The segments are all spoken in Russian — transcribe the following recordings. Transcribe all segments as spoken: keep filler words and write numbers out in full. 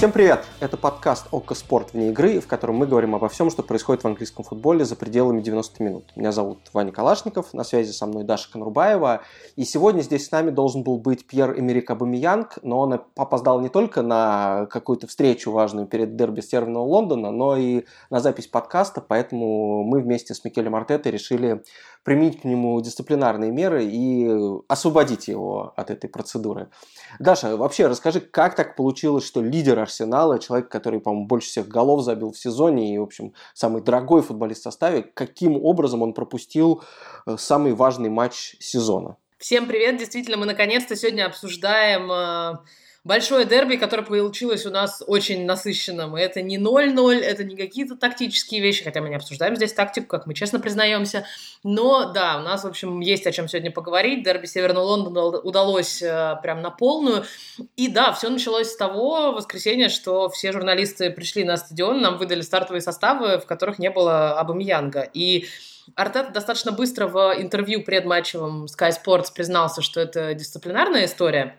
Всем привет! Это подкаст «Око Спорт вне игры», в котором мы говорим обо всем, что происходит в английском футболе за пределами девяноста минут. Меня зовут Ваня Калашников, на связи со мной Даша Конурбаева. И сегодня здесь с нами должен был быть Пьер-Эмерик Обамейянг, но он опоздал не только на какую-то встречу важную перед дерби Северного Лондона, но и на запись подкаста, поэтому мы вместе с Микелем Артетой решили применить к нему дисциплинарные меры и освободить его от этой процедуры. Даша, вообще расскажи, как так получилось, что лидер Арсенала, человек, который, по-моему, больше всех голов забил в сезоне и, в общем, самый дорогой футболист в составе, каким образом он пропустил самый важный матч сезона? Всем привет! Действительно, мы наконец-то сегодня обсуждаем большое дерби, которое получилось у нас очень насыщенным. И это не ноль-ноль, это не какие-то тактические вещи, хотя мы не обсуждаем здесь тактику, как мы честно признаемся. Но да, у нас, в общем, есть о чем сегодня поговорить. Дерби Северного Лондона удалось э, прям на полную. И да, все началось с того воскресенья, что все журналисты пришли на стадион, нам выдали стартовые составы, в которых не было Обамейянга. И Артета достаточно быстро в интервью предматчевом Sky Sports признался, что это дисциплинарная история,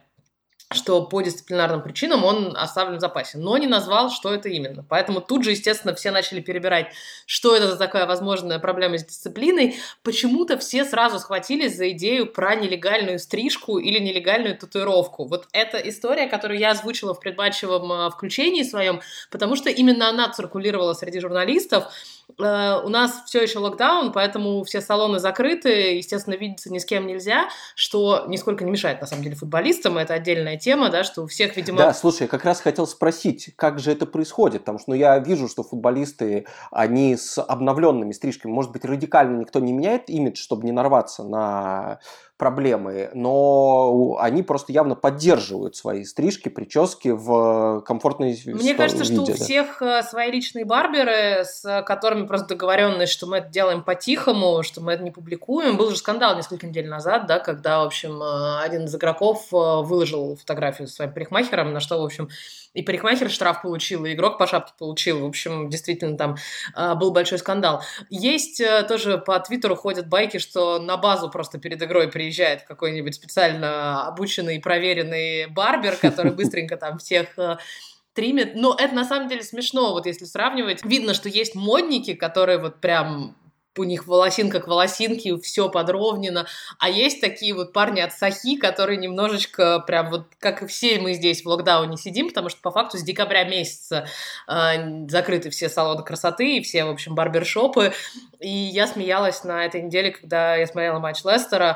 что по дисциплинарным причинам он оставлен в запасе, но не назвал, что это именно. Поэтому тут же, естественно, все начали перебирать, что это за такая возможная проблема с дисциплиной. Почему-то все сразу схватились за идею про нелегальную стрижку или нелегальную татуировку. Вот эта история, которую я озвучила в предматчевом включении своем, потому что именно она циркулировала среди журналистов. У нас все еще локдаун, поэтому все салоны закрыты, естественно, видеться ни с кем нельзя, что нисколько не мешает, на самом деле, футболистам, это отдельная тема, да, что у всех, видимо... Да, слушай, я как раз хотел спросить, как же это происходит, потому что ну, я вижу, что футболисты, они с обновленными стрижками, может быть, радикально никто не меняет имидж, чтобы не нарваться на проблемы, но они просто явно поддерживают свои стрижки, прически в комфортной виде. Мне кажется, виде, что у да. всех свои личные барберы, с которыми просто договоренность, что мы это делаем по-тихому, что мы это не публикуем. Был же скандал несколько недель назад, да, когда, в общем, один из игроков выложил фотографию со своим парикмахером, на что, в общем, и парикмахер штраф получил, и игрок по шапке получил. В общем, действительно, там э, был большой скандал. Есть э, тоже по Твиттеру ходят байки, что на базу просто перед игрой приезжает какой-нибудь специально обученный, проверенный барбер, который быстренько там всех... Э, триммит. Но это на самом деле смешно, вот если сравнивать. Видно, что есть модники, которые вот прям... у них волосинка к волосинке, все подровнено, а есть такие вот парни от Сахи, которые немножечко прям вот, как и все мы здесь в локдауне сидим, потому что по факту с декабря месяца э, закрыты все салоны красоты и все, в общем, барбершопы, и я смеялась на этой неделе, когда я смотрела матч Лестера,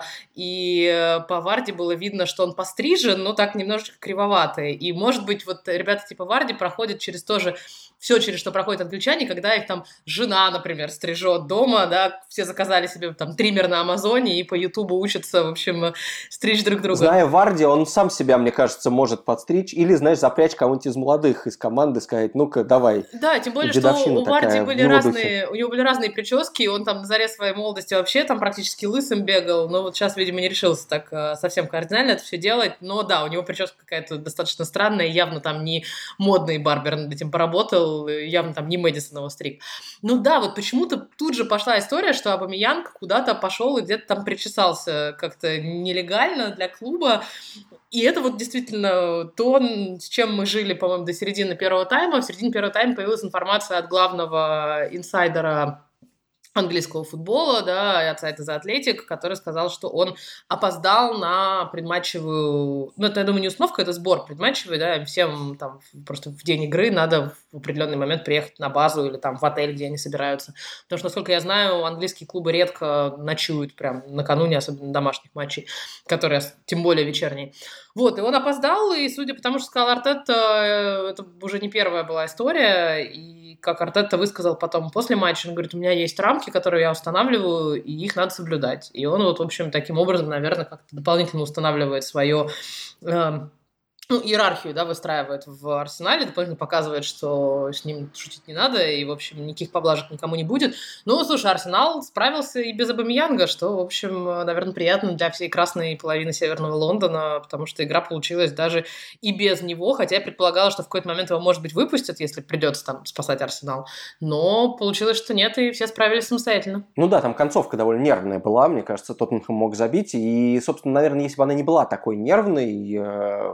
и э, по Варди было видно, что он пострижен, но так немножечко кривоватый, и, может быть, вот ребята типа Варди проходят через тоже все, через что проходят англичане, когда их там жена, например, стрижет дома, да, все заказали себе там триммер на Амазоне и по Ютубу учатся, в общем, стричь друг друга. Зная Варди, он сам себя, мне кажется, может подстричь или, знаешь, запрячь кого-нибудь из молодых из команды, сказать, ну-ка, давай. Да, тем более, что у Варди были разные, у него были разные прически, и он там на заре своей молодости вообще там практически лысым бегал, но вот сейчас, видимо, не решился так совсем кардинально это все делать, но да, у него прическа какая-то достаточно странная, явно там не модный барбер над этим поработал, явно там не Мэдисон его стриг. Ну да, вот почему-то тут же пошла история, что Обамейянг куда-то пошел и где-то там причесался как-то нелегально для клуба. И это вот действительно то, с чем мы жили, по-моему, до середины первого тайма. В середине первого тайма появилась информация от главного инсайдера английского футбола, да, от сайта The Athletic, который сказал, что он опоздал на предматчевую... Ну, это, я думаю, не установка, это сбор предматчевый, да, всем там просто в день игры надо в определенный момент приехать на базу или там в отель, где они собираются. Потому что, насколько я знаю, английские клубы редко ночуют прям накануне, особенно домашних матчей, которые тем более вечерние. Вот, и он опоздал, и судя по тому, что сказал Артета, это уже не первая была история, и как Артета высказал потом после матча, он говорит, у меня есть рамки, которые я устанавливаю, и их надо соблюдать. И он вот, в общем, таким образом, наверное, как-то дополнительно устанавливает свое... Э, ну, иерархию, да, выстраивает в Арсенале, дополнительно показывает, что с ним шутить не надо, и, в общем, никаких поблажек никому не будет. Ну, слушай, Арсенал справился и без Обамейянга, что, в общем, наверное, приятно для всей красной половины Северного Лондона, потому что игра получилась даже и без него, хотя я предполагала, что в какой-то момент его, может быть, выпустят, если придется там спасать Арсенал. Но получилось, что нет, и все справились самостоятельно. Ну да, там концовка довольно нервная была, мне кажется, Тоттенхэм мог забить, и, собственно, наверное, если бы она не была такой нервной, он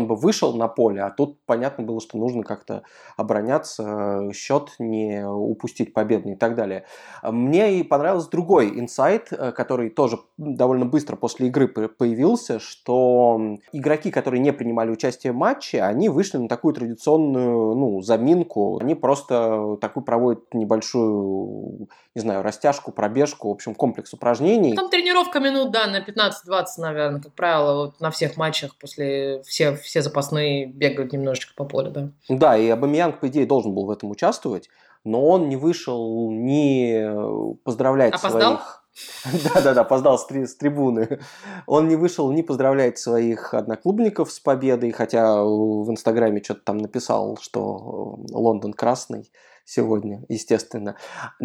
он бы вышел на поле, а тут понятно было, что нужно как-то обороняться, счет не упустить победный и так далее. Мне и понравился другой инсайт, который тоже довольно быстро после игры появился, что игроки, которые не принимали участие в матче, они вышли на такую традиционную, ну, заминку. Они просто такую проводят небольшую, не знаю, растяжку, пробежку, в общем, комплекс упражнений. Там тренировка минут, да, на пятнадцать-двадцать, наверное, как правило, вот на всех матчах после все, все запасные бегают немножечко по полю, да. Да, и Абамеянг, по идее, должен был в этом участвовать, но он не вышел ни поздравлять Опоздал? своих... Да-да-да, опоздал с, три, с трибуны. Он не вышел не поздравлять своих одноклубников с победой, хотя в Инстаграме что-то там написал, что Лондон красный сегодня, естественно.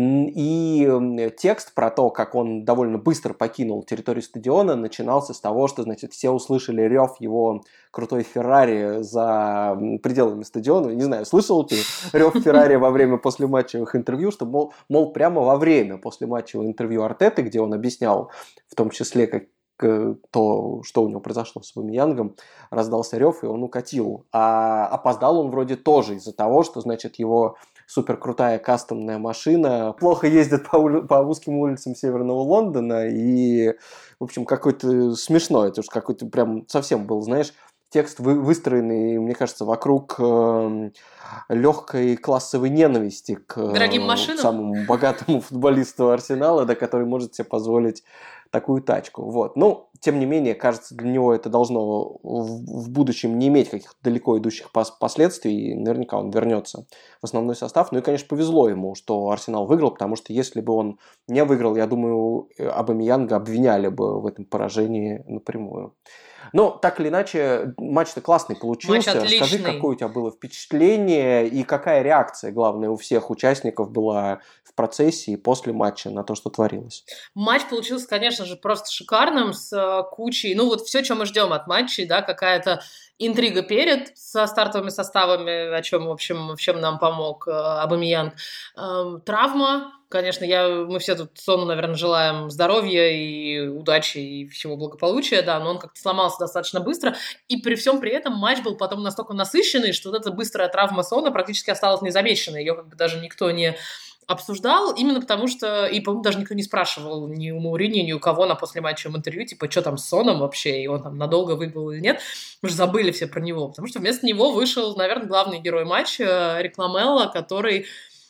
И текст про то, как он довольно быстро покинул территорию стадиона, начинался с того, что, значит, все услышали рев его крутой Феррари за пределами стадиона. Не знаю, слышал ты рев Феррари во время послематчевых интервью, что, мол, мол, прямо во время послематчевого интервью Артеты, где он объяснял, в том числе, как то, что у него произошло с Абамеянгом, раздался рев, и он укатил. А опоздал он вроде тоже из-за того, что, значит, его суперкрутая кастомная машина плохо ездит по, ули- по узким улицам Северного Лондона, и, в общем, какой-то смешной, это уж какой-то прям совсем был, знаешь, текст вы, выстроенный, мне кажется, вокруг э, легкой классовой ненависти к дорогим машинам, самому богатому футболисту Арсенала, да, который может себе позволить такую тачку. Вот. Но, тем не менее, кажется, для него это должно в, в будущем не иметь каких-то далеко идущих пос- последствий, и наверняка он вернется в основной состав. Ну и, конечно, повезло ему, что Арсенал выиграл, потому что если бы он не выиграл, я думаю, Абамеянга обвиняли бы в этом поражении напрямую. Но, так или иначе, матч-то классный получился. Расскажи, какое у тебя было впечатление и какая реакция, главное, у всех участников была в процессе и после матча на то, что творилось. Матч получился, конечно же, просто шикарным, с кучей, ну вот все, что мы ждем от матчей, да, какая-то интрига перед со стартовыми составами, о чем, в общем, в чем нам помог Абамеянг. Эм, травма, конечно, я, мы все тут Сону, наверное, желаем здоровья и удачи и всего благополучия, да, но он как-то сломался достаточно быстро, и при всем при этом матч был потом настолько насыщенный, что вот эта быстрая травма Сона практически осталась незамеченной, ее как бы даже никто не обсуждал, именно потому что, и, по-моему, даже никто не спрашивал ни у Мауриньо, ни у кого на послематчевом интервью, типа, что там с Соном вообще, и он там надолго выбыл или нет. Мы же забыли все про него, потому что вместо него вышел, наверное, главный герой матча Эрик Ламелла, который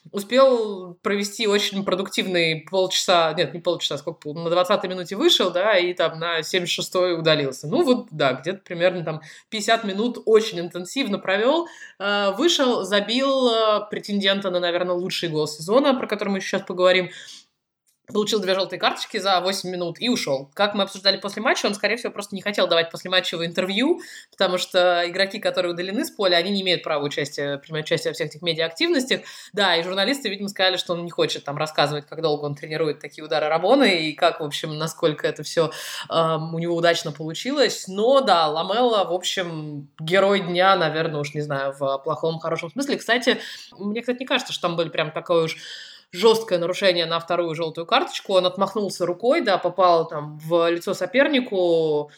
успел провести очень продуктивные полчаса, нет, не полчаса, сколько, на двадцатой минуте вышел, да, и там на семьдесят шестой удалился. Ну вот, да, где-то примерно там пятьдесят минут очень интенсивно провел, вышел, забил претендента на, наверное, лучший гол сезона, про который мы сейчас поговорим, получил две желтые карточки за восемь минут и ушел. Как мы обсуждали после матча, он, скорее всего, просто не хотел давать послематчевое интервью, потому что игроки, которые удалены с поля, они не имеют права участия, принимать участие во всех этих медиа-активностях. Да, и журналисты, видимо, сказали, что он не хочет там рассказывать, как долго он тренирует такие удары Рабоны и как, в общем, насколько это все эм, у него удачно получилось. Но, да, Ламелла, в общем, герой дня, наверное, уж не знаю, в плохом, хорошем смысле. Кстати, мне, кстати, не кажется, что там были прям такое уж жесткое нарушение на вторую желтую карточку. Он отмахнулся рукой, да, попал там в лицо сопернику,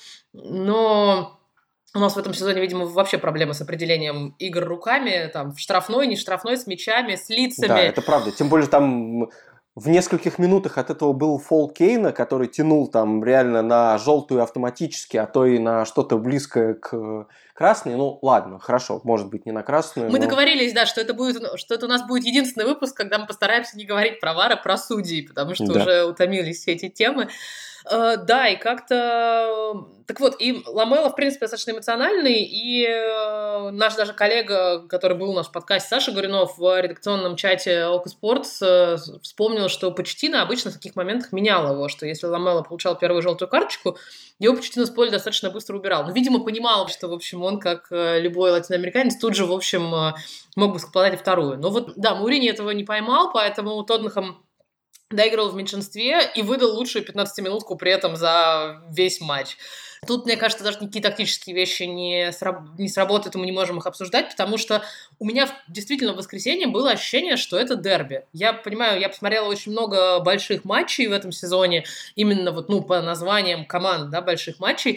но у нас в этом сезоне, видимо, вообще проблема с определением игр руками, там, в штрафной, не штрафной, с мячами, с лицами. Да, это правда. Тем более там в нескольких минутах от этого был фол Кейна, который тянул там реально на желтую автоматически, а то и на что-то близкое к красной. Ну, ладно, хорошо, может быть, не на красную. Мы но... договорились, да, что это, будет, что это у нас будет единственный выпуск, когда мы постараемся не говорить про вар, а про судей, потому что да. уже утомились все эти темы. Uh, да, и как-то... Так вот, и Ламелла, в принципе, достаточно эмоциональный, и uh, наш даже коллега, который был у нас в подкасте, Саша Горюнов, в редакционном чате Око Спортс, uh, вспомнил, что Почеттино обычно в таких моментах менял его, что если Ламелла получал первую желтую карточку, его Почеттино с поля достаточно быстро убирал. Но, видимо, понимал, что, в общем, он, как любой латиноамериканец, тут же, в общем, мог бы складать и вторую. Но вот, да, Мауриньо этого не поймал, поэтому Тоттенхэм доиграл в меньшинстве и выдал лучшую пятнадцатиминутку при этом за весь матч. Тут, мне кажется, даже никакие тактические вещи не, сраб- не сработают, и мы не можем их обсуждать, потому что у меня действительно в воскресенье было ощущение, что это дерби. Я понимаю, я посмотрела очень много больших матчей в этом сезоне, именно вот, ну, по названиям команд, да, больших матчей,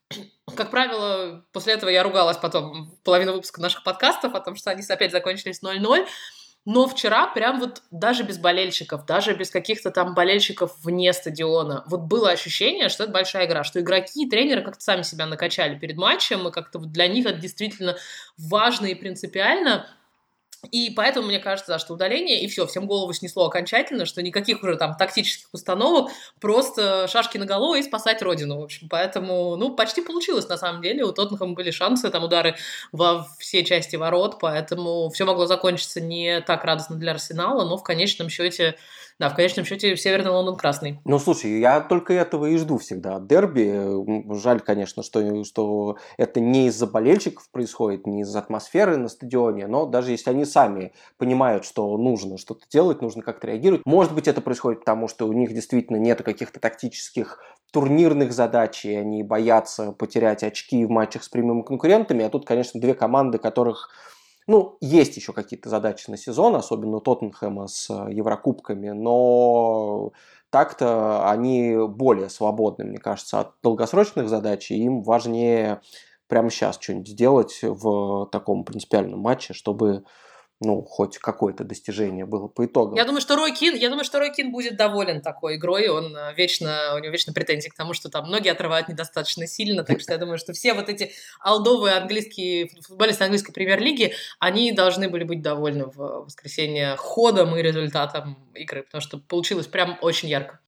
как правило, после этого я ругалась потом половину выпуска наших подкастов о том, что они опять закончились ноль ноль. Но вчера прям вот даже без болельщиков, даже без каких-то там болельщиков вне стадиона, вот было ощущение, что это большая игра, что игроки и тренеры как-то сами себя накачали перед матчем, и как-то вот для них это действительно важно и принципиально. И поэтому мне кажется, да, что удаление, и все, всем голову снесло окончательно, что никаких уже там тактических установок, просто шашки наголо и спасать родину, в общем. Поэтому, ну, почти получилось на самом деле. У Тоттенхэма были шансы, там удары во все части ворот, поэтому все могло закончиться не так радостно для Арсенала, но в конечном счете... Да, в конечном счете Северный Лондон красный. Ну, слушай, я только этого и жду всегда от дерби. Жаль, конечно, что, что это не из-за болельщиков происходит, не из-за атмосферы на стадионе, но даже если они сами понимают, что нужно что-то делать, нужно как-то реагировать. Может быть, это происходит потому, что у них действительно нет каких-то тактических турнирных задач, и они боятся потерять очки в матчах с прямыми конкурентами. А тут, конечно, две команды, которых... Ну, есть еще какие-то задачи на сезон, особенно у Тоттенхэма с Еврокубками, но так-то они более свободны, мне кажется, от долгосрочных задач, и им важнее прямо сейчас что-нибудь сделать в таком принципиальном матче, чтобы... ну, хоть какое-то достижение было по итогам. Я думаю, что Рой Кин, я думаю, что Рой Кин будет доволен такой игрой, он вечно, у него вечно претензии к тому, что там ноги отрывают недостаточно сильно, так что я думаю, что все вот эти олдовые английские футболисты английской премьер-лиги, они должны были быть довольны в воскресенье ходом и результатом игры, потому что получилось прям очень ярко.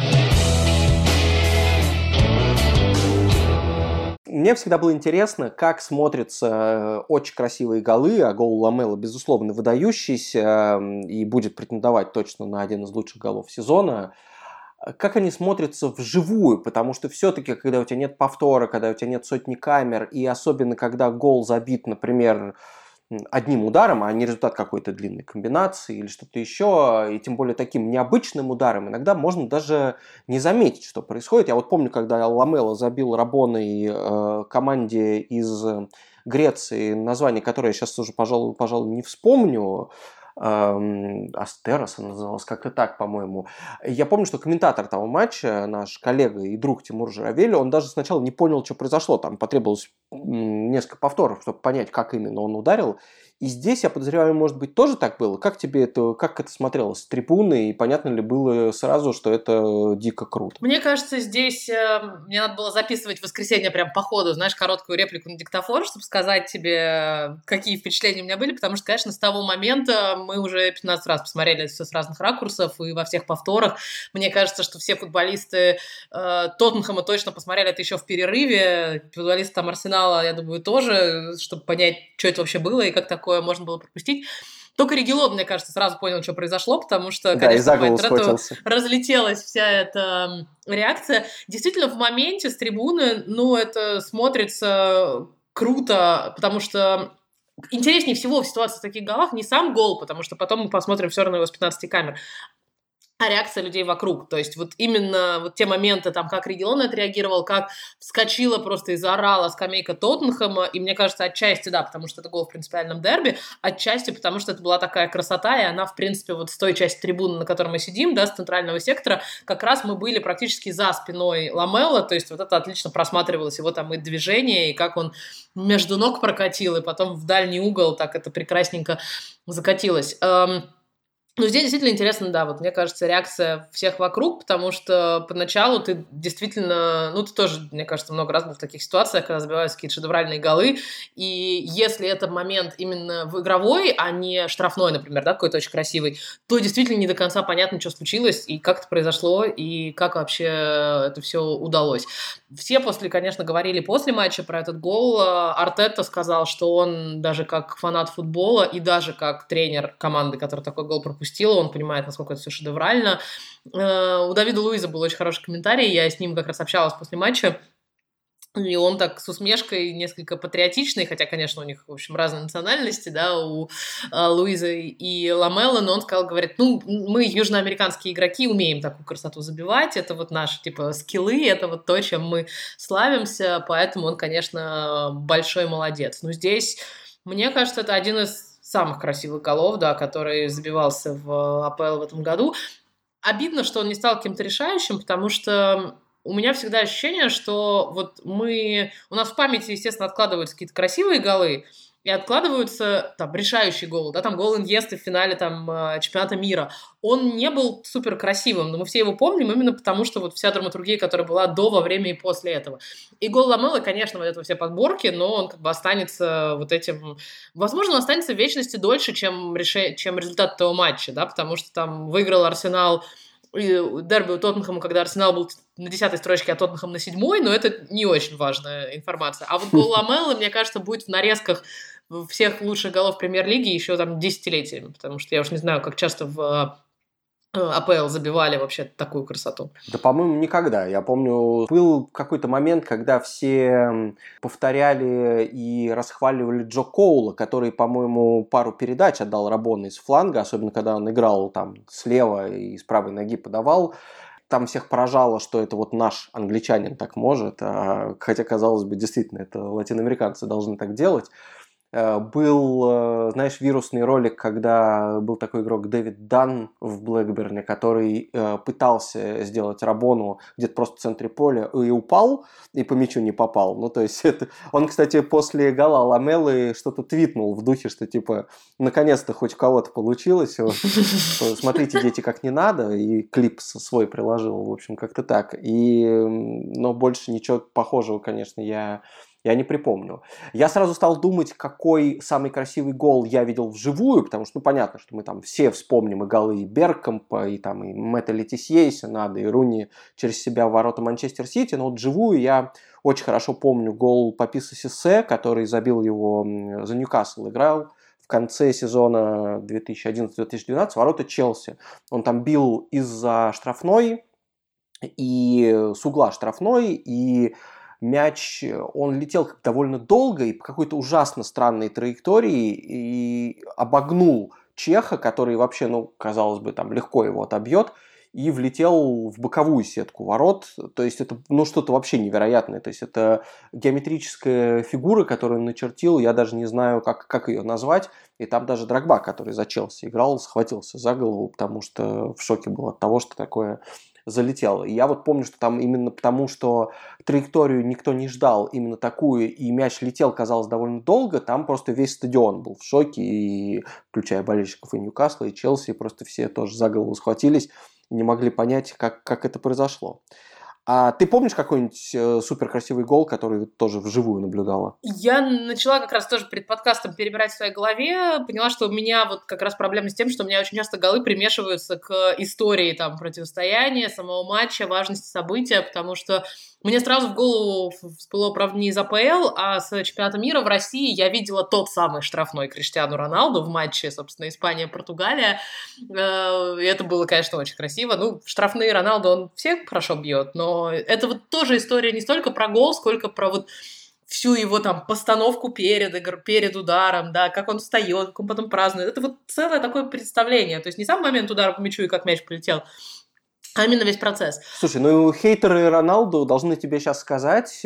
Мне всегда было интересно, как смотрятся очень красивые голы, а гол Ламела, безусловно, выдающийся и будет претендовать точно на один из лучших голов сезона. Как они смотрятся вживую, потому что все-таки, когда у тебя нет повтора, когда у тебя нет сотни камер, и особенно, когда гол забит, например, одним ударом, а не результат какой-то длинной комбинации или что-то еще, и тем более таким необычным ударом, иногда можно даже не заметить, что происходит. Я вот помню, когда Ламела забил Рабоной э, команде из Греции, название которое я сейчас уже, пожалуй, пожалуй не вспомню, Астерос она называлась, как-то так, по-моему. Я помню, что комментатор того матча, наш коллега и друг Тимур Журавель, он даже сначала не понял, что произошло. Там потребовалось несколько повторов, чтобы понять, как именно он ударил. И здесь, я подозреваю, может быть, тоже так было. Как тебе это, как это смотрелось с трибуны? И понятно ли было сразу, что это дико круто? Мне кажется, здесь э, мне надо было записывать в воскресенье прям по ходу, знаешь, короткую реплику на диктофон, чтобы сказать тебе, какие впечатления у меня были, потому что, конечно, с того момента мы уже пятнадцать раз посмотрели все с разных ракурсов и во всех повторах. Мне кажется, что все футболисты э, Тоттенхэма точно посмотрели это еще в перерыве. Футболисты там Арсенала, я думаю, тоже, чтобы понять, что это вообще было и как такое можно было пропустить. Только Регилон, мне кажется, сразу понял, что произошло, потому что, конечно, по интернету разлетелась вся эта реакция. Действительно, в моменте с трибуны, ну, это смотрится круто, потому что интереснее всего в ситуации в таких голах не сам гол, потому что потом мы посмотрим все равно его с пятнадцати камер, а реакция людей вокруг. То есть вот именно вот те моменты, там, как Регилон отреагировал, как вскочила просто и заорала скамейка Тоттенхэма, и мне кажется, отчасти, да, потому что это гол в принципиальном дерби, отчасти потому что это была такая красота, и она, в принципе, вот с той части трибуны, на которой мы сидим, да, с центрального сектора, как раз мы были практически за спиной Ламела, то есть вот это отлично просматривалось, его там и движение, и как он между ног прокатил, и потом в дальний угол так это прекрасненько закатилось. Ну, здесь действительно интересно, да, вот мне кажется, реакция всех вокруг, потому что поначалу ты действительно, ну, ты тоже, мне кажется, много раз был в таких ситуациях, когда забиваются какие-то шедевральные голы, и если это момент именно в игровой, а не штрафной, например, да, какой-то очень красивый, то действительно не до конца понятно, что случилось, и как это произошло, и как вообще это все удалось. Все после, конечно, говорили после матча про этот гол. Артета сказал, что он даже как фанат футбола и даже как тренер команды, который такой гол пропустил, он понимает, насколько это все шедеврально. У Давида Луиза был очень хороший комментарий, я с ним как раз общалась после матча, и он так с усмешкой, несколько патриотичный, хотя, конечно, у них, в общем, разные национальности, да, у а, Луиза и Ламела, но он сказал, говорит, ну, мы, южноамериканские игроки, умеем такую красоту забивать, это вот наши, типа, скиллы, это вот то, чем мы славимся, поэтому он, конечно, большой молодец. Но здесь, мне кажется, это один из самых красивых голов, да, который забивался в АПЛ в этом году. Обидно, что он не стал каким-то решающим, потому что у меня всегда ощущение, что вот мы... У нас в памяти, естественно, откладываются какие-то красивые голы, и откладываются там решающий гол, да, там гол Иньесты в финале там чемпионата мира. Он не был супер красивым, но мы все его помним именно потому, что вот вся драматургия, которая была до, во время и после этого. И гол Ламелы, конечно, вот это все подборки, но он как бы останется вот этим... Возможно, он останется в вечности дольше, чем, реш... чем результат этого матча, да, потому что там выиграл Арсенал дерби у Тоттенхэма, когда Арсенал был на десятой строчке, а Тоттенхэм на седьмой, но это не очень важная информация. А вот гол Ламелы, мне кажется, будет в нарезках всех лучших голов премьер-лиги еще там десятилетиями, потому что я уж не знаю, как часто в АПЛ забивали вообще такую красоту. Да, по-моему, никогда. Я помню, был какой-то момент, когда все повторяли и расхваливали Джо Коула, который, по-моему, пару передач отдал Рабоне из фланга, особенно когда он играл там слева и с правой ноги подавал. Там всех поражало, что это вот наш англичанин так может, а, хотя, казалось бы, действительно, это латиноамериканцы должны так делать. Был, знаешь, вирусный ролик, когда был такой игрок Дэвид Дан в Блэкберне, который пытался сделать Рабону где-то просто в центре поля и упал, и по мячу не попал. Ну, то есть, это... он, кстати, после гола Ламелы что-то твитнул в духе, что, типа, наконец-то хоть у кого-то получилось. Смотрите, дети, как не надо. И клип свой приложил, в общем, как-то так. И... Но больше ничего похожего, конечно, я... Я не припомню. Я сразу стал думать, какой самый красивый гол я видел вживую, потому что, ну, понятно, что мы там все вспомним и голы и Беркампа, и там и Мэтта Летисье, если надо, и Руни через себя в ворота Манчестер Сити, но вот вживую я очень хорошо помню гол Паписа Сиссе, который забил его за Ньюкасл, играл в конце сезона две тысячи одиннадцатого - две тысячи двенадцатого, ворота Челси. Он там бил из-за штрафной, и с угла штрафной, и мяч, он летел довольно долго и по какой-то ужасно странной траектории и обогнул Чеха, который вообще, ну, казалось бы, там легко его отобьет, и влетел в боковую сетку ворот. То есть это, ну, что-то вообще невероятное. То есть это геометрическая фигура, которую он начертил, я даже не знаю, как, как ее назвать. И там даже Дрогба, который за Челси играл, схватился за голову, потому что в шоке был от того, что такое залетел. И я вот помню, что там именно потому, что траекторию никто не ждал, именно такую, и мяч летел, казалось, довольно долго, там просто весь стадион был в шоке, и включая болельщиков и Ньюкасла, и Челси, просто все тоже за голову схватились, не могли понять, как, как это произошло. А ты помнишь какой-нибудь э, супер красивый гол, который тоже вживую наблюдала? Я начала как раз тоже перед подкастом перебирать в своей голове, поняла, что у меня вот как раз проблема с тем, что у меня очень часто голы примешиваются к истории там противостояния, самого матча, важности события, потому что мне сразу в голову всплыло, правда, не из АПЛ, а с чемпионата мира в России я видела тот самый штрафной Криштиану Роналду в матче, собственно, Испания-Португалия. И это было, конечно, очень красиво. Ну, штрафные Роналду он всех хорошо бьет, но это вот тоже история не столько про гол, сколько про вот всю его там постановку перед, игр, перед ударом, да, как он встает, как он потом празднует. Это вот целое такое представление. То есть не сам момент удара по мячу и как мяч полетел, а именно весь процесс. Слушай, ну хейтеры Роналду должны тебе сейчас сказать,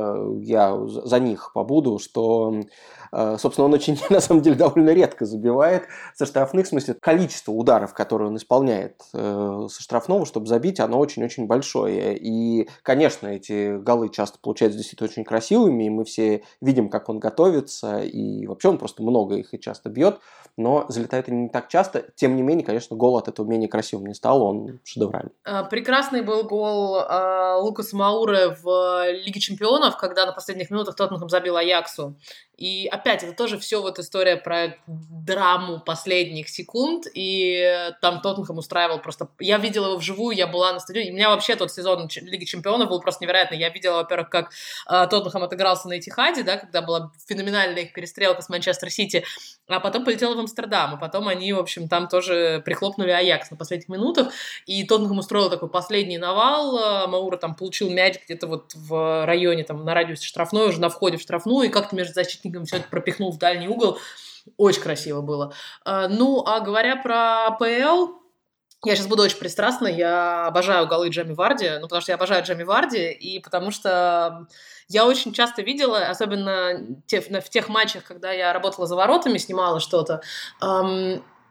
я за них побуду, что, собственно, он очень, на самом деле, довольно редко забивает со штрафных, в смысле, количество ударов, которые он исполняет со штрафного, чтобы забить, оно очень-очень большое. И, конечно, эти голы часто получаются действительно очень красивыми, и мы все видим, как он готовится, и вообще он просто много их и часто бьет, но залетает они не так часто. Тем не менее, конечно, гол от этого менее красивым не стал, он шедевральный. Прекрасный был гол э, Лукаса Мауры в Лиге Чемпионов, когда на последних минутах Тоттенхэм забил Аяксу. И опять, это тоже все вот история про драму последних секунд, и там Тоттенхэм устраивал просто... Я видела его вживую, я была на стадионе, у меня вообще тот сезон Лиги Чемпионов был просто невероятный. Я видела, во-первых, как э, Тоттенхэм отыгрался на Этихаде, да, когда была феноменальная их перестрелка с Манчестер Сити, а потом полетела в Амстердам, и потом они, в общем, там тоже прихлопнули Аякс на последних минутах, и Тоттенхэм устроил такой последний навал, Маура там получил мяч где-то вот в районе, там, на радиусе штрафной, уже на входе в штрафную, и как-то между защитниками все это пропихнул в дальний угол. Очень красиво было. Ну, а говоря про АПЛ, я сейчас буду очень пристрастна, я обожаю голы Джейми Варди, ну, потому что я обожаю Джейми Варди, и потому что я очень часто видела, особенно в тех матчах, когда я работала за воротами, снимала что-то, эм,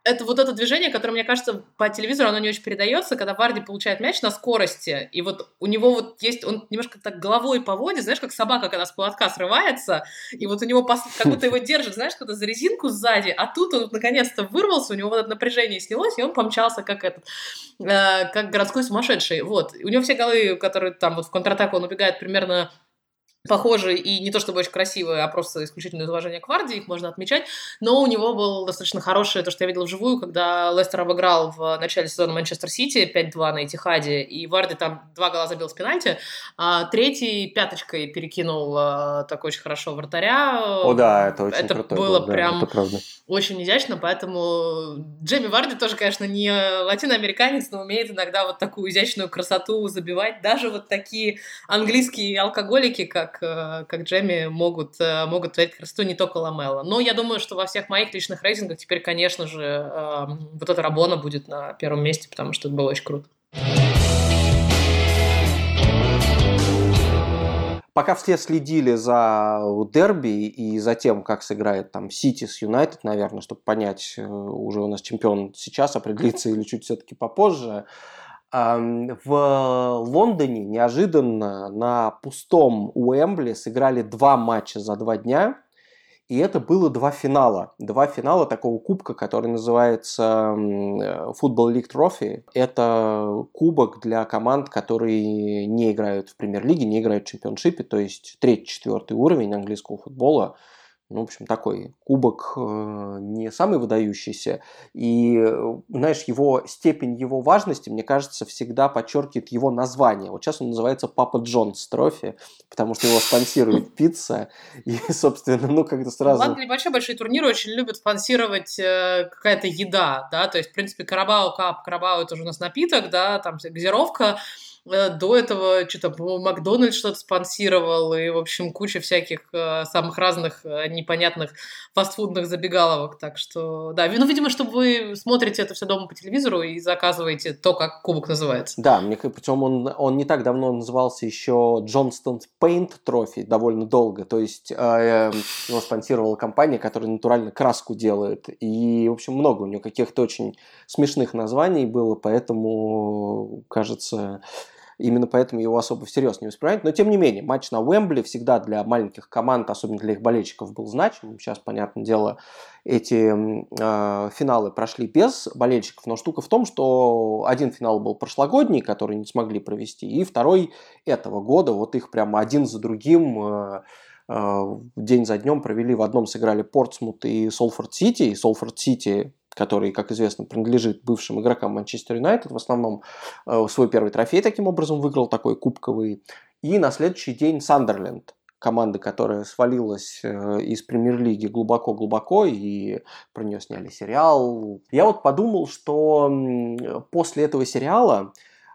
это вот это движение, которое, мне кажется, по телевизору оно не очень передается, когда Варди получает мяч на скорости, и вот у него вот есть, он немножко так головой поводит, знаешь, как собака, когда с поводка срывается, и вот у него пос... как будто его держит, знаешь, кто-то за резинку сзади, а тут он наконец-то вырвался, у него вот это напряжение снялось, и он помчался как этот, э, как городской сумасшедший, вот. У него все голы, которые там вот в контратаку он убегает примерно похожие и не то чтобы очень красивые, а просто исключительно из уважения к Варди, их можно отмечать, но у него был достаточно хороший, то, что я видела вживую, когда Лестер обыграл в начале сезона Манчестер Сити пять-два на Этихаде, и Варди там два гола забил с пенальти, а третий пяточкой перекинул а, так очень хорошо вратаря. О да, это очень это крутой было был, прям да, это правда. Очень изящно, поэтому Джейми Варди тоже, конечно, не латиноамериканец, но умеет иногда вот такую изящную красоту забивать. Даже вот такие английские алкоголики, как, как Джейми, могут, могут творить красоту, не только Ламело. Но я думаю, что во всех моих личных рейтингах теперь, конечно же, вот эта Рабона будет на первом месте, потому что это было очень круто. Пока все следили за дерби и за тем, как сыграет там Сити с Юнайтед, наверное, чтобы понять, уже у нас чемпион сейчас определится или чуть все-таки попозже, в Лондоне неожиданно на пустом Уэмбли сыграли два матча за два дня. И это было два финала. Два финала такого кубка, который называется Football League Trophy. Это кубок для команд, которые не играют в премьер-лиге, не играют в чемпионшипе, то есть третий-четвертый уровень английского футбола. Ну, в общем, такой кубок не самый выдающийся. И, знаешь, его степень его важности, мне кажется, всегда подчеркивает его название. Вот сейчас он называется Папа Джонс Трофи, потому что его спонсирует пицца. И, собственно, ну, как-то сразу... В Англии вообще большие турниры очень любят спонсировать э, какая-то еда, да, то есть, в принципе, Карабао Кап, Карабао это уже у нас напиток, да, там газировка. До этого что-то Макдональдс что-то спонсировал, и, в общем, куча всяких э, самых разных э, непонятных фастфудных забегаловок. Так что, да, ну, видимо, чтобы вы смотрите это все дома по телевизору и заказываете то, как кубок называется. Да, мне, причем он, он не так давно назывался еще Johnston's Paint Trophy, довольно долго. То есть э, его спонсировала компания, которая натурально краску делает. И, в общем, много у него каких-то очень смешных названий было, поэтому, кажется... Именно поэтому его особо всерьез не воспринимают. Но, тем не менее, матч на Уэмбли всегда для маленьких команд, особенно для их болельщиков, был значимым. Сейчас, понятное дело, эти э, финалы прошли без болельщиков. Но штука в том, что один финал был прошлогодний, который не смогли провести, и второй этого года. Вот их прямо один за другим... Э, день за днем провели. В одном сыграли Портсмут и Солфорд-Сити. И Солфорд-Сити, который, как известно, принадлежит бывшим игрокам Манчестер Юнайтед, в основном свой первый трофей таким образом выиграл, такой кубковый. И на следующий день Сандерленд, команда, которая свалилась из премьер-лиги глубоко-глубоко, и про нее сняли сериал. Я вот подумал, что после этого сериала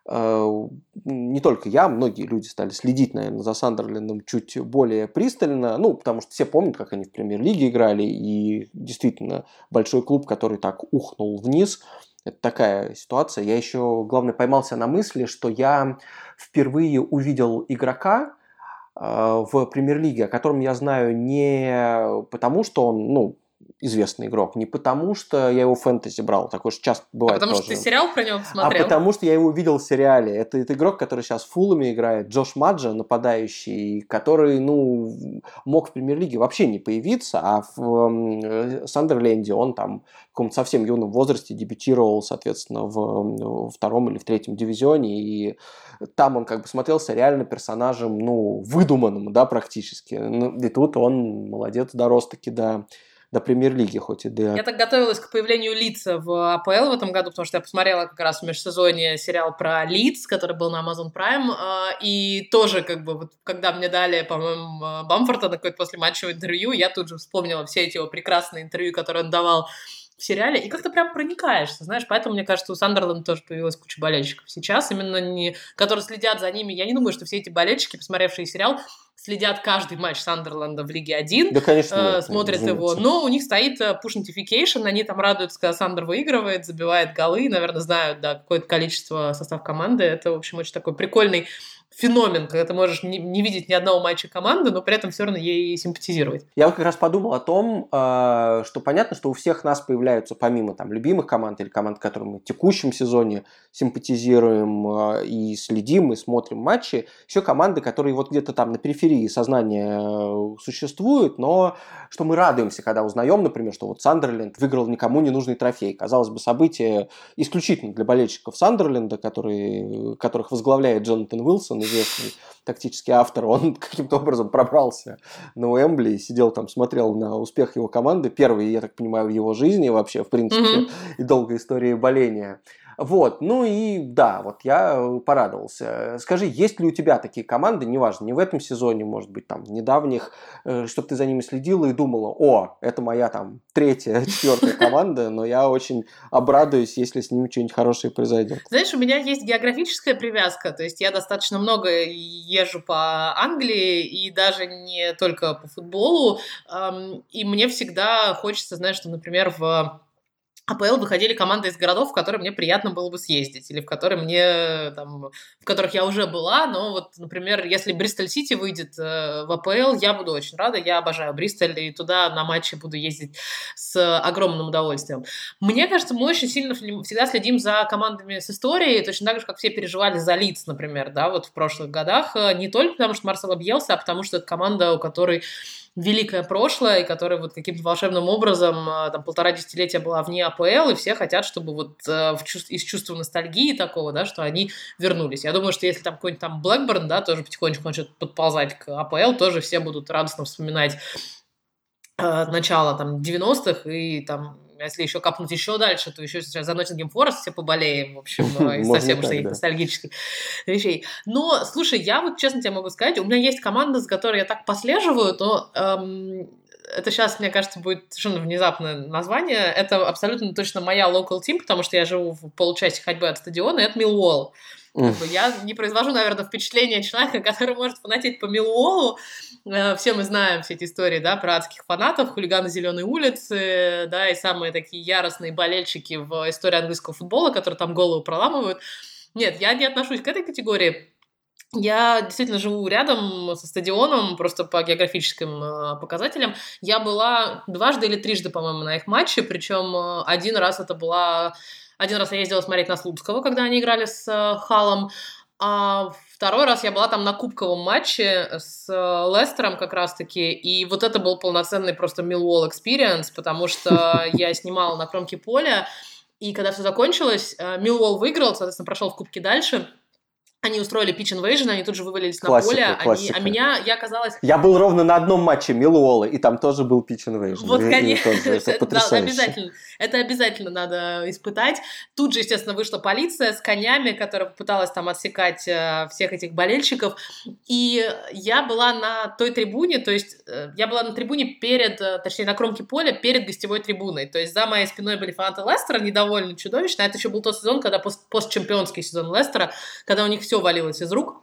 не только я, многие люди стали следить, наверное, за Сандерлендом чуть более пристально, ну, потому что все помнят, как они в премьер-лиге играли, и действительно большой клуб, который так ухнул вниз. Это такая ситуация. Я еще, главное, поймался на мысли, что я впервые увидел игрока в премьер-лиге, о котором я знаю не потому, что он, ну, известный игрок, не потому, что я его в фэнтези брал, такое же часто бывает. А потому тоже. Что ты сериал про него посмотрел? А потому что я его увидел в сериале. Это, это игрок, который сейчас в Фуламе играет, Джош Маджа, нападающий, который, ну, мог в премьер-лиге вообще не появиться, а в э, Сандерленде он там в каком-то совсем юном возрасте дебютировал, соответственно, в, в втором или в третьем дивизионе, и там он как бы смотрелся реально персонажем, ну, выдуманным, да, практически. И тут он, молодец, дорос таки до... до премьер-лиги хоть и до... Я так готовилась к появлению Лидса в АПЛ в этом году, потому что я посмотрела как раз в межсезонье сериал про Лидс, который был на Amazon Prime, и тоже как бы вот когда мне дали, по-моему, Бамфорта на какое-то послематчевое интервью, я тут же вспомнила все эти его прекрасные интервью, которые он давал в сериале, и как-то прям проникаешься, знаешь, поэтому, мне кажется, у Сандерленда тоже появилась куча болельщиков сейчас, именно не... которые следят за ними. Я не думаю, что все эти болельщики, посмотревшие сериал, следят каждый матч Сандерленда в Лиге один, да, конечно, э, нет, смотрят нет, его, но у них стоит push notification, они там радуются, когда Сандер выигрывает, забивает голы, наверное, знают, да, какое-то количество состав команды. Это, в общем, очень такой прикольный феномен, когда ты можешь не, не видеть ни одного матча команды, но при этом все равно ей симпатизировать. Я вот как раз подумал о том, что понятно, что у всех нас появляются, помимо там любимых команд или команд, которым мы в текущем сезоне симпатизируем и следим, и смотрим матчи, еще команды, которые вот где-то там на периферии сознания существуют, но что мы радуемся, когда узнаем, например, что вот Сандерленд выиграл никому не нужный трофей. Казалось бы, событие исключительно для болельщиков Сандерленда, которые, которых возглавляет Джонатан Уилсон, известный тактический автор. Он каким-то образом пробрался на Уэмбли, сидел там, смотрел на успех его команды. Первый, я так понимаю, в его жизни вообще, в принципе, mm-hmm. и долгой истории боления. Вот, ну и да, вот я порадовался. Скажи, есть ли у тебя такие команды, неважно, не в этом сезоне, может быть, там, в недавних, чтобы ты за ними следила и думала, о, это моя там третья, четвертая команда, но я очень обрадуюсь, если с ними что-нибудь хорошее произойдет. Знаешь, у меня есть географическая привязка, то есть я достаточно много езжу по Англии и даже не только по футболу, и мне всегда хочется, знаешь, что, например, в АПЛ выходили команды из городов, в которые мне приятно было бы съездить, или в которые мне, там, в которых я уже была, но вот, например, если Бристоль-Сити выйдет э, в АПЛ, я буду очень рада, я обожаю Бристоль, и туда на матчи буду ездить с огромным удовольствием. Мне кажется, мы очень сильно всегда следим за командами с историей, точно так же, как все переживали за Лидс, например, да, вот в прошлых годах, не только потому, что Марсело Бьелса, а потому что это команда, у которой великое прошлое, и которая вот каким-то волшебным образом там полтора десятилетия была вне АПЛ, и все хотят, чтобы вот э, в чувств, из чувства ностальгии такого, да, что они вернулись. Я думаю, что если там какой-нибудь там Блэкберн, да, тоже потихонечку начнет подползать к АПЛ, тоже все будут радостно вспоминать э, начало там девяностых и там если еще копнуть еще дальше, то еще сейчас за Ноттингем Форест все поболеем, в общем, из совсем уж таких ностальгических вещей. Но, слушай, я вот честно тебе могу сказать, у меня есть команда, с которой я так послеживаю, то эм, это сейчас, мне кажется, будет совершенно внезапное название. Это абсолютно точно моя local team, потому что я живу в получасе ходьбы от стадиона, и это Миллуолл. Как бы я не произвожу, наверное, впечатление человека, который может фанатеть по Миллуоллу. Все мы знаем все эти истории, да, про адских фанатов, хулиганы Зеленой улицы, да, и самые такие яростные болельщики в истории английского футбола, которые там голову проламывают. Нет, я не отношусь к этой категории. Я действительно живу рядом со стадионом, просто по географическим показателям. Я была дважды или трижды, по-моему, на их матче, причем один раз это была... Один раз я ездила смотреть на Слуцкого, когда они играли с э, Халлом, а второй раз я была там на кубковом матче с э, Лестером как раз-таки, и вот это был полноценный просто Millwall experience, потому что я снимала на кромке поля, и когда все закончилось, э, Millwall выиграл, соответственно, прошел в кубке дальше. Они устроили pitch invasion, они тут же вывалились классика, на поле, они, а меня, я оказалась... Я был ровно на одном матче Миллуолла, и там тоже был pitch invasion. Вот, и, конечно, и тоже, это, это обязательно, это обязательно надо испытать. Тут же, естественно, вышла полиция с конями, которая пыталась там отсекать э, всех этих болельщиков, и я была на той трибуне, то есть э, я была на трибуне перед, э, точнее, на кромке поля перед гостевой трибуной, то есть за моей спиной были фанаты Лестера, недовольны чудовищно, это еще был тот сезон, когда пост- постчемпионский сезон Лестера, когда у них все валилось из рук.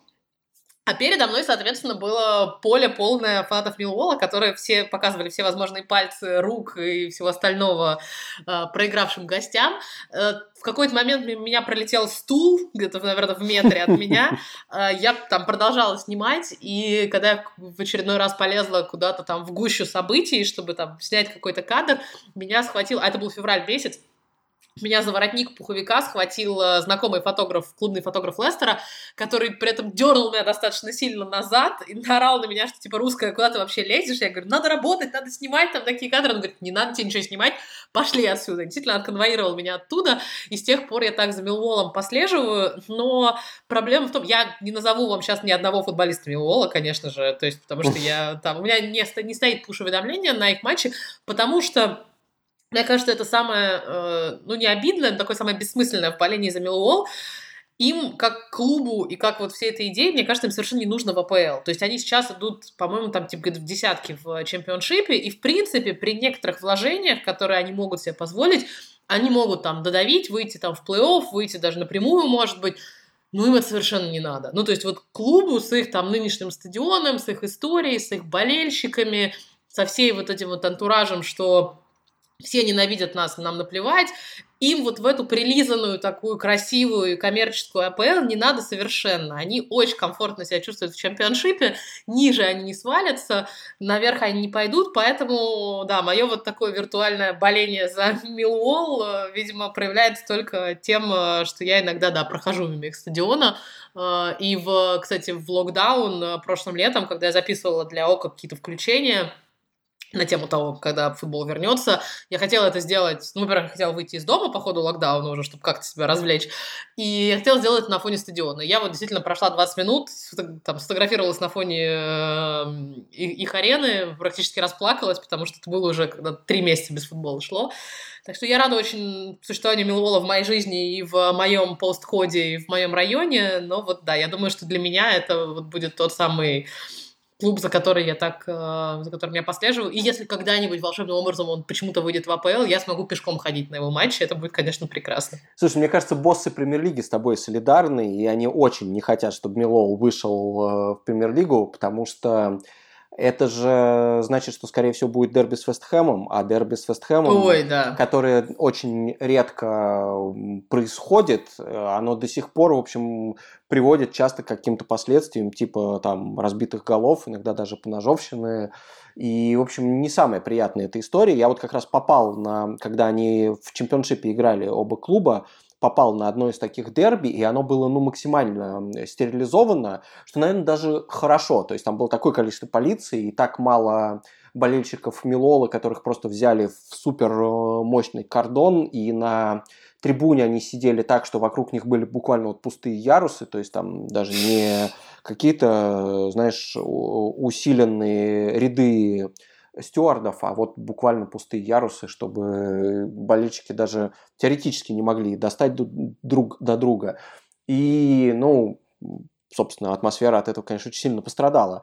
А передо мной, соответственно, было поле полное фанатов Миллуолла, которые все показывали все возможные пальцы рук и всего остального э, проигравшим гостям. Э, в какой-то момент меня пролетел стул, где-то, наверное, в метре от меня. Э, я там продолжала снимать, и когда я в очередной раз полезла куда-то там в гущу событий, чтобы там снять какой-то кадр, меня схватил, а это был февраль месяц, меня за воротник пуховика схватил знакомый фотограф, клубный фотограф Лестера, который при этом дернул меня достаточно сильно назад и наорал на меня, что типа русская, куда ты вообще лезешь? Я говорю, надо работать, надо снимать там такие кадры. Он говорит, не надо тебе ничего снимать, пошли отсюда. Действительно, отконвоировал меня оттуда, и с тех пор я так за Миллуоллом послеживаю, но проблема в том, я не назову вам сейчас ни одного футболиста Миллуолла, конечно же, то есть потому что я там, у меня не, не стоит пуш-уведомление на их матче, потому что мне кажется, это самое, э, ну, не обидное, но такое самое бессмысленное в болении за Миллуолл. Им, как клубу и как вот всей этой идее, мне кажется, им совершенно не нужно в АПЛ. То есть они сейчас идут, по-моему, там типа в десятки в чемпионшипе, и, в принципе, при некоторых вложениях, которые они могут себе позволить, они могут там додавить, выйти там в плей-офф, выйти даже напрямую, может быть, ну, им это совершенно не надо. Ну, то есть вот клубу с их там нынешним стадионом, с их историей, с их болельщиками, со всей вот этим вот антуражем, что... все ненавидят нас, нам наплевать. Им вот в эту прилизанную, такую красивую коммерческую АПЛ не надо совершенно. Они очень комфортно себя чувствуют в чемпионшипе, ниже они не свалятся, наверх они не пойдут, поэтому, да, мое вот такое виртуальное боление за Миллуолл, видимо, проявляется только тем, что я иногда, да, прохожу мимо их стадиона. И, в, кстати, в локдаун прошлым летом, когда я записывала для ОКО какие-то включения на тему того, когда футбол вернется. Я хотела это сделать, ну, во-первых, я хотела выйти из дома по ходу локдауна уже, чтобы как-то себя развлечь, и я хотела сделать это на фоне стадиона. Я вот действительно прошла двадцать минут, там, сфотографировалась на фоне э, их арены, практически расплакалась, потому что это было уже, когда три месяца без футбола шло. Так что я рада очень существованию Миллуолла в моей жизни и в моем постходе, и в моем районе, но вот, да, я думаю, что для меня это вот будет тот самый клуб, за который я так, за которым я послеживаю. И если когда-нибудь волшебным образом он почему-то выйдет в АПЛ, я смогу пешком ходить на его матчи. Это будет, конечно, прекрасно. Слушай, мне кажется, боссы Премьер-лиги с тобой солидарны, и они очень не хотят, чтобы Миллуолл вышел в Премьер-лигу, потому что это же значит, что, скорее всего, будет дерби с Вест-Хэмом, а дерби с Вест-Хэмом, Ой, да. которое очень редко происходит, оно до сих пор, в общем, приводит часто к каким-то последствиям, типа там разбитых голов, иногда даже поножовщины. И, в общем, не самая приятная эта история. Я вот как раз попал на, когда они в чемпионшипе играли оба клуба, попал на одно из таких дерби, и оно было, ну, максимально стерилизовано, что, наверное, даже хорошо. То есть там было такое количество полиции и так мало болельщиков Миллуолла, которых просто взяли в супер мощный кордон, и на трибуне они сидели так, что вокруг них были буквально вот пустые ярусы, то есть там даже не какие-то, знаешь, усиленные ряды стюардов, а вот буквально пустые ярусы, чтобы болельщики даже теоретически не могли достать друг до друга. И, ну, собственно, атмосфера от этого, конечно, очень сильно пострадала.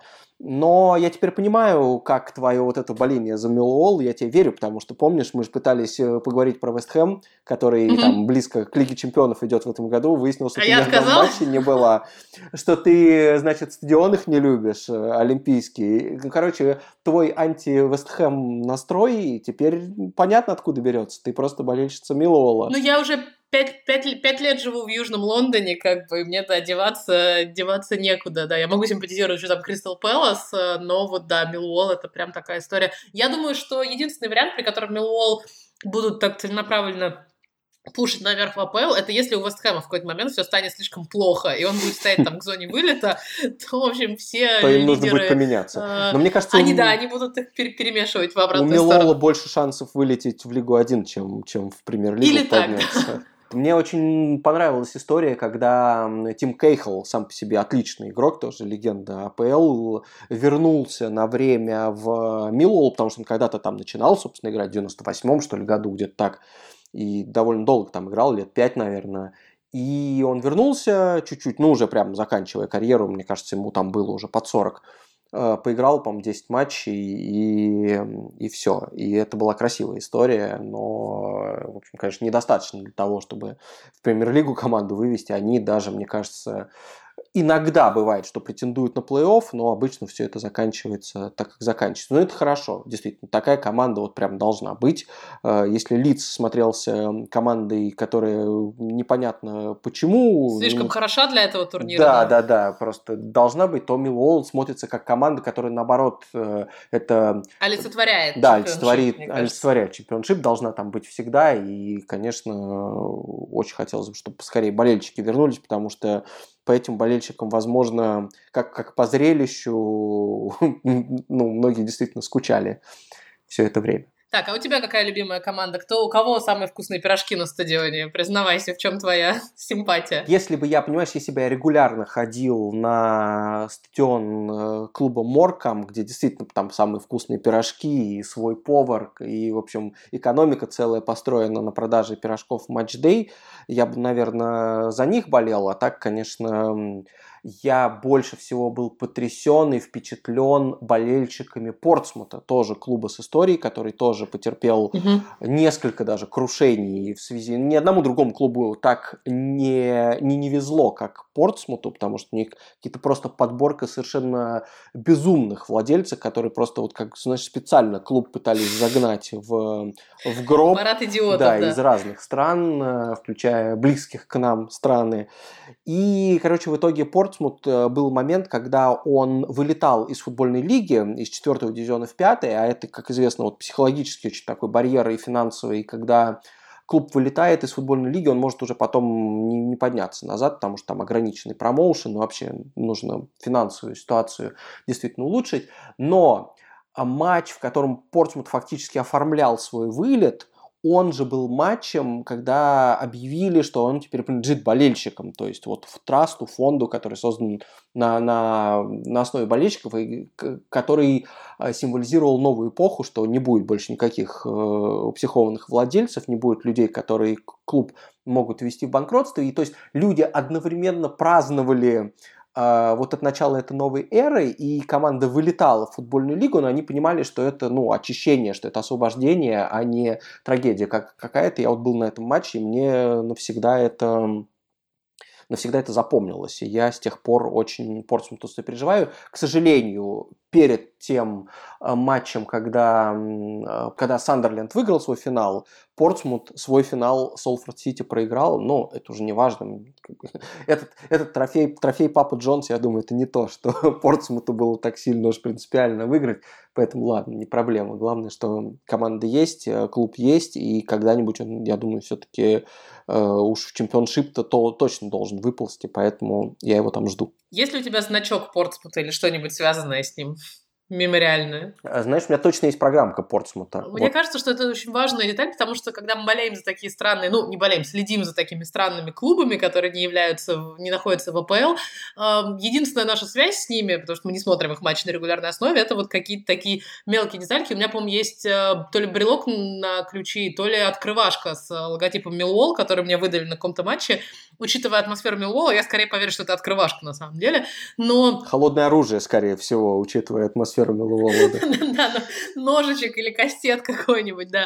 Но я теперь понимаю, как твое вот это боление за Миллуолл, я тебе верю, потому что, помнишь, мы же пытались поговорить про Вест Хэм, который mm-hmm. там близко к Лиге Чемпионов идет в этом году, выяснилось, что а ты ни одного матча не была, что ты, значит, стадион их не любишь, олимпийский. Короче, твой анти-Вест Хэм настрой теперь понятно, откуда берется. Ты просто болельщица Миллуолла. Ну, я уже Пять, пять, пять лет живу в Южном Лондоне, как бы, мне-то одеваться, деваться некуда, да. Я могу симпатизировать, что там Кристал Пэлас, но вот, да, Миллуолл — это прям такая история. Я думаю, что единственный вариант, при котором Миллуолл будут так целенаправленно пушить наверх в АПЛ, это если у Вест Хэма в какой-то момент все станет слишком плохо, и он будет стоять там к зоне вылета, то, в общем, все то им лидеры... нужно будет поменяться. Но мне кажется, они, у... да, они будут их перемешивать в обратную сторону. У Миллуолла сторону. больше шансов вылететь в Лигу один, чем, чем в Премьер-лигу Или подняться. Так. Мне очень понравилась история, когда Тим Кейхл, сам по себе отличный игрок, тоже легенда АПЛ, вернулся на время в Миллуолл, потому что он когда-то там начинал, собственно, играть в девяносто восьмом, что ли, году, где-то так, и довольно долго там играл, лет пять, наверное. И он вернулся чуть-чуть, ну, уже прям заканчивая карьеру, мне кажется, ему там было уже под сорок. Поиграл, по-моему, десять матчей, и, и все. И это была красивая история, но, в общем, конечно, недостаточно для того, чтобы в Премьер-лигу команду вывести. Они даже, мне кажется, иногда бывает, что претендуют на плей-офф, но обычно все это заканчивается так, как заканчивается. Но это хорошо, действительно. Такая команда вот прям должна быть. Если Лидс смотрелся командой, которая непонятно почему... Слишком хороша для этого турнира. Да, да, да, просто должна быть. То Миллуолл смотрится как команда, которая, наоборот, это... Олицетворяет да, олицетворяет, олицетворяет чемпионшип, должна там быть всегда. И, конечно, очень хотелось бы, чтобы поскорее болельщики вернулись, потому что по этим болельщикам, возможно, как, как по зрелищу, ну, многие действительно скучали все это время. Так, а у тебя какая любимая команда? Кто, у кого самые вкусные пирожки на стадионе? Признавайся, в чем твоя симпатия? Если бы я, понимаешь, если бы я регулярно ходил на стадион клуба Морком, где действительно там самые вкусные пирожки и свой повар, и, в общем, экономика целая построена на продаже пирожков в матч-дэй, я бы, наверное, за них болел, а так, конечно, я больше всего был потрясен и впечатлен болельщиками Портсмута, тоже клуба с историей, который тоже потерпел угу. несколько даже крушений в связи... Ни одному другому клубу так не, не, не везло, как Портсмуту, потому что у них какие-то просто подборка совершенно безумных владельцев, которые просто вот как, значит, специально клуб пытались загнать в, в гроб. Парад идиотов, да, да. из разных стран, включая близких к нам страны. И, короче, в итоге Портсмут был момент, когда он вылетал из футбольной лиги, из четвертого дивизиона в пятый, а это, как известно, вот психологически очень такой барьер и финансовый, и когда клуб вылетает из футбольной лиги, он может уже потом не, не подняться назад, потому что там ограниченный промоушен, вообще нужно финансовую ситуацию действительно улучшить. Но матч, в котором Портсмут фактически оформлял свой вылет, он же был матчем, когда объявили, что он теперь принадлежит болельщикам, то есть вот в трасту, фонду, который создан на, на, на основе болельщиков, и который символизировал новую эпоху, что не будет больше никаких э, психованных владельцев, не будет людей, которые клуб могут ввести в банкротство, и то есть люди одновременно праздновали вот от начала этой новой эры, и команда вылетала в футбольную лигу, но они понимали, что это, ну, очищение, что это освобождение, а не трагедия как какая-то. Я вот был на этом матче, и мне навсегда это, навсегда это запомнилось. И я с тех пор очень Портсмуту сопереживаю. К сожалению, перед тем матчем, когда, когда Сандерленд выиграл свой финал, Портсмут свой финал Солфорд Сити проиграл, но это уже не важно. Этот, этот трофей, трофей Папа Джонс, я думаю, это не то, что Портсмуту было так сильно уж принципиально выиграть, поэтому ладно, не проблема. Главное, что команда есть, клуб есть, и когда-нибудь он, я думаю, все-таки э, уж в чемпионшип-то то, точно должен выползти, поэтому я его там жду. Есть ли у тебя значок Портсмута или что-нибудь связанное с ним? Мемориальную. Знаешь, у меня точно есть программка Портсмута. Мне вот. кажется, что это очень важная деталь, потому что когда мы болеем за такие странные, ну, не болеем, следим за такими странными клубами, которые не являются, не находятся в АПЛ, единственная наша связь с ними, потому что мы не смотрим их матчи на регулярной основе, это вот какие-то такие мелкие детальки. У меня, по-моему, есть то ли брелок на ключи, то ли открывашка с логотипом Миллуолл, который мне выдали на каком-то матче. Учитывая атмосферу Миллуолла, я скорее поверю, что это открывашка на самом деле. Но... Холодное оружие, скорее всего, учитывая атмосферу Миллуолла. Да, ножичек или кастет какой-нибудь, да.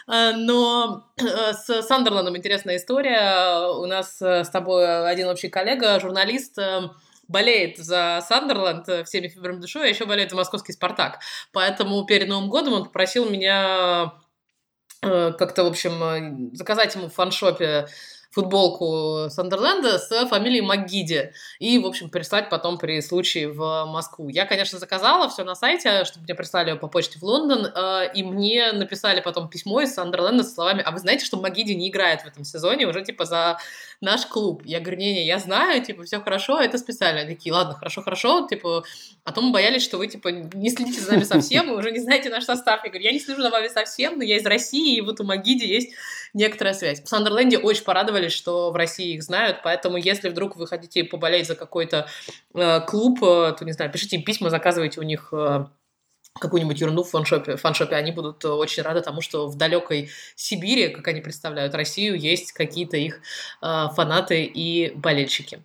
Но с Сандерлендом интересная история. У нас с тобой один общий коллега, журналист, болеет за Сандерленд всеми фибрами души, а еще болеет за московский «Спартак». Поэтому перед Новым годом он попросил меня как-то, в общем, заказать ему в фаншопе футболку Сандерленда с фамилией МакГиди и, в общем, прислать потом при случае в Москву. Я, конечно, заказала все на сайте, чтобы мне прислали ее по почте в Лондон, и мне написали потом письмо из Сандерленда со словами: а вы знаете, что МакГиди не играет в этом сезоне уже, типа, за наш клуб? Я говорю: не-не, я знаю, типа, все хорошо, это специально. Они такие: ладно, хорошо-хорошо, типа, а то мы боялись, что вы, типа, не следите за нами совсем, вы уже не знаете наш состав. Я говорю: я не слежу за вами совсем, но я из России, и вот у МакГиди есть некоторая связь. В Сандерленде очень порадовались, что в России их знают, поэтому если вдруг вы хотите поболеть за какой-то э, клуб, э, то, не знаю, пишите им письма, заказывайте у них э, какую-нибудь ерунду в фаншопе, в фаншопе, они будут очень рады тому, что в далекой Сибири, как они представляют Россию, есть какие-то их э, фанаты и болельщики.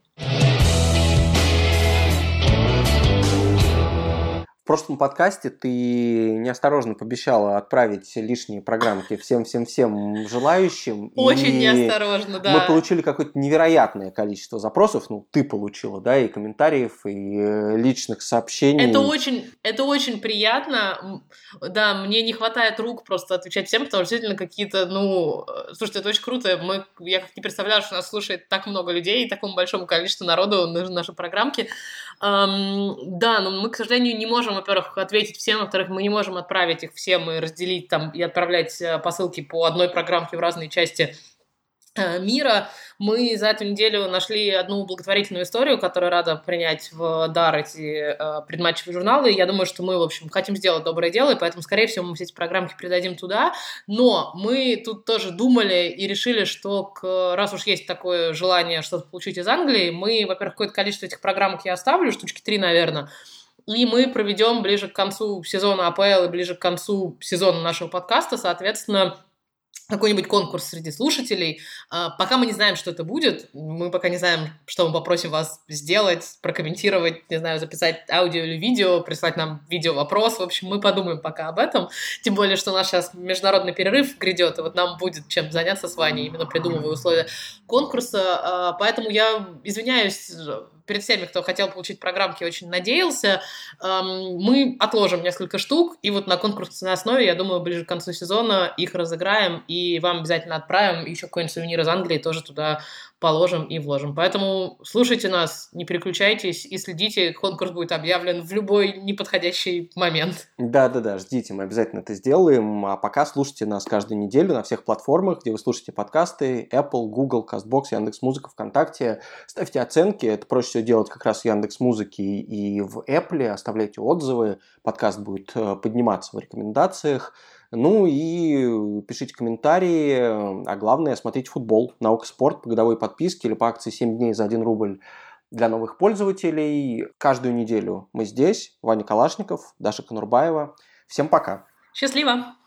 В прошлом подкасте ты неосторожно пообещала отправить лишние программки всем-всем-всем желающим. Очень неосторожно, да. Мы получили какое-то невероятное количество запросов. Ну, ты получила, да, и комментариев, и личных сообщений. Это очень, это очень приятно. Да, мне не хватает рук просто отвечать всем, потому что действительно какие-то, ну... Слушайте, это очень круто. Мы, я как не представляла, что нас слушает так много людей, такому большому количеству народу на наши программки. Um, да, но мы, к сожалению, не можем, во-первых, ответить всем, во-вторых, мы не можем отправить их всем и разделить там и отправлять посылки по одной программке в разные части э, мира. Мы за эту неделю нашли одну благотворительную историю, которую рада принять в дар эти э, предматчевые журналы. Я думаю, что мы, в общем, хотим сделать доброе дело, и поэтому, скорее всего, мы все эти программки передадим туда. Но мы тут тоже думали и решили, что к, раз уж есть такое желание что-то получить из Англии, мы, во-первых, какое-то количество этих программок я оставлю, штучки три, наверное, и мы проведем ближе к концу сезона АПЛ и ближе к концу сезона нашего подкаста, соответственно, какой-нибудь конкурс среди слушателей. Пока мы не знаем, что это будет, мы пока не знаем, что мы попросим вас сделать, прокомментировать, не знаю, записать аудио или видео, прислать нам видео-вопрос. В общем, мы подумаем пока об этом. Тем более, что у нас сейчас международный перерыв грядет, и вот нам будет чем заняться с Ваней, именно придумывая условия конкурса. Поэтому я извиняюсь перед всеми, кто хотел получить программки, очень надеялся. Мы отложим несколько штук, и вот на конкурсной основе, я думаю, ближе к концу сезона их разыграем, и вам обязательно отправим. Еще какой-нибудь сувенир из Англии тоже туда положим и вложим. Поэтому слушайте нас, не переключайтесь и следите. Конкурс будет объявлен в любой неподходящий момент. Да-да-да, ждите, мы обязательно это сделаем. А пока слушайте нас каждую неделю на всех платформах, где вы слушаете подкасты: Apple, Google, CastBox, Яндекс.Музыка, ВКонтакте. Ставьте оценки, это проще всего делать как раз в Яндекс.Музыке и в Apple. Оставляйте отзывы, подкаст будет подниматься в рекомендациях. Ну и пишите комментарии, а главное, смотрите футбол на Окоспорт по годовой подписке или по акции семь дней за один рубль для новых пользователей. Каждую неделю мы здесь. Ваня Калашников, Даша Конурбаева. Всем пока. Счастливо!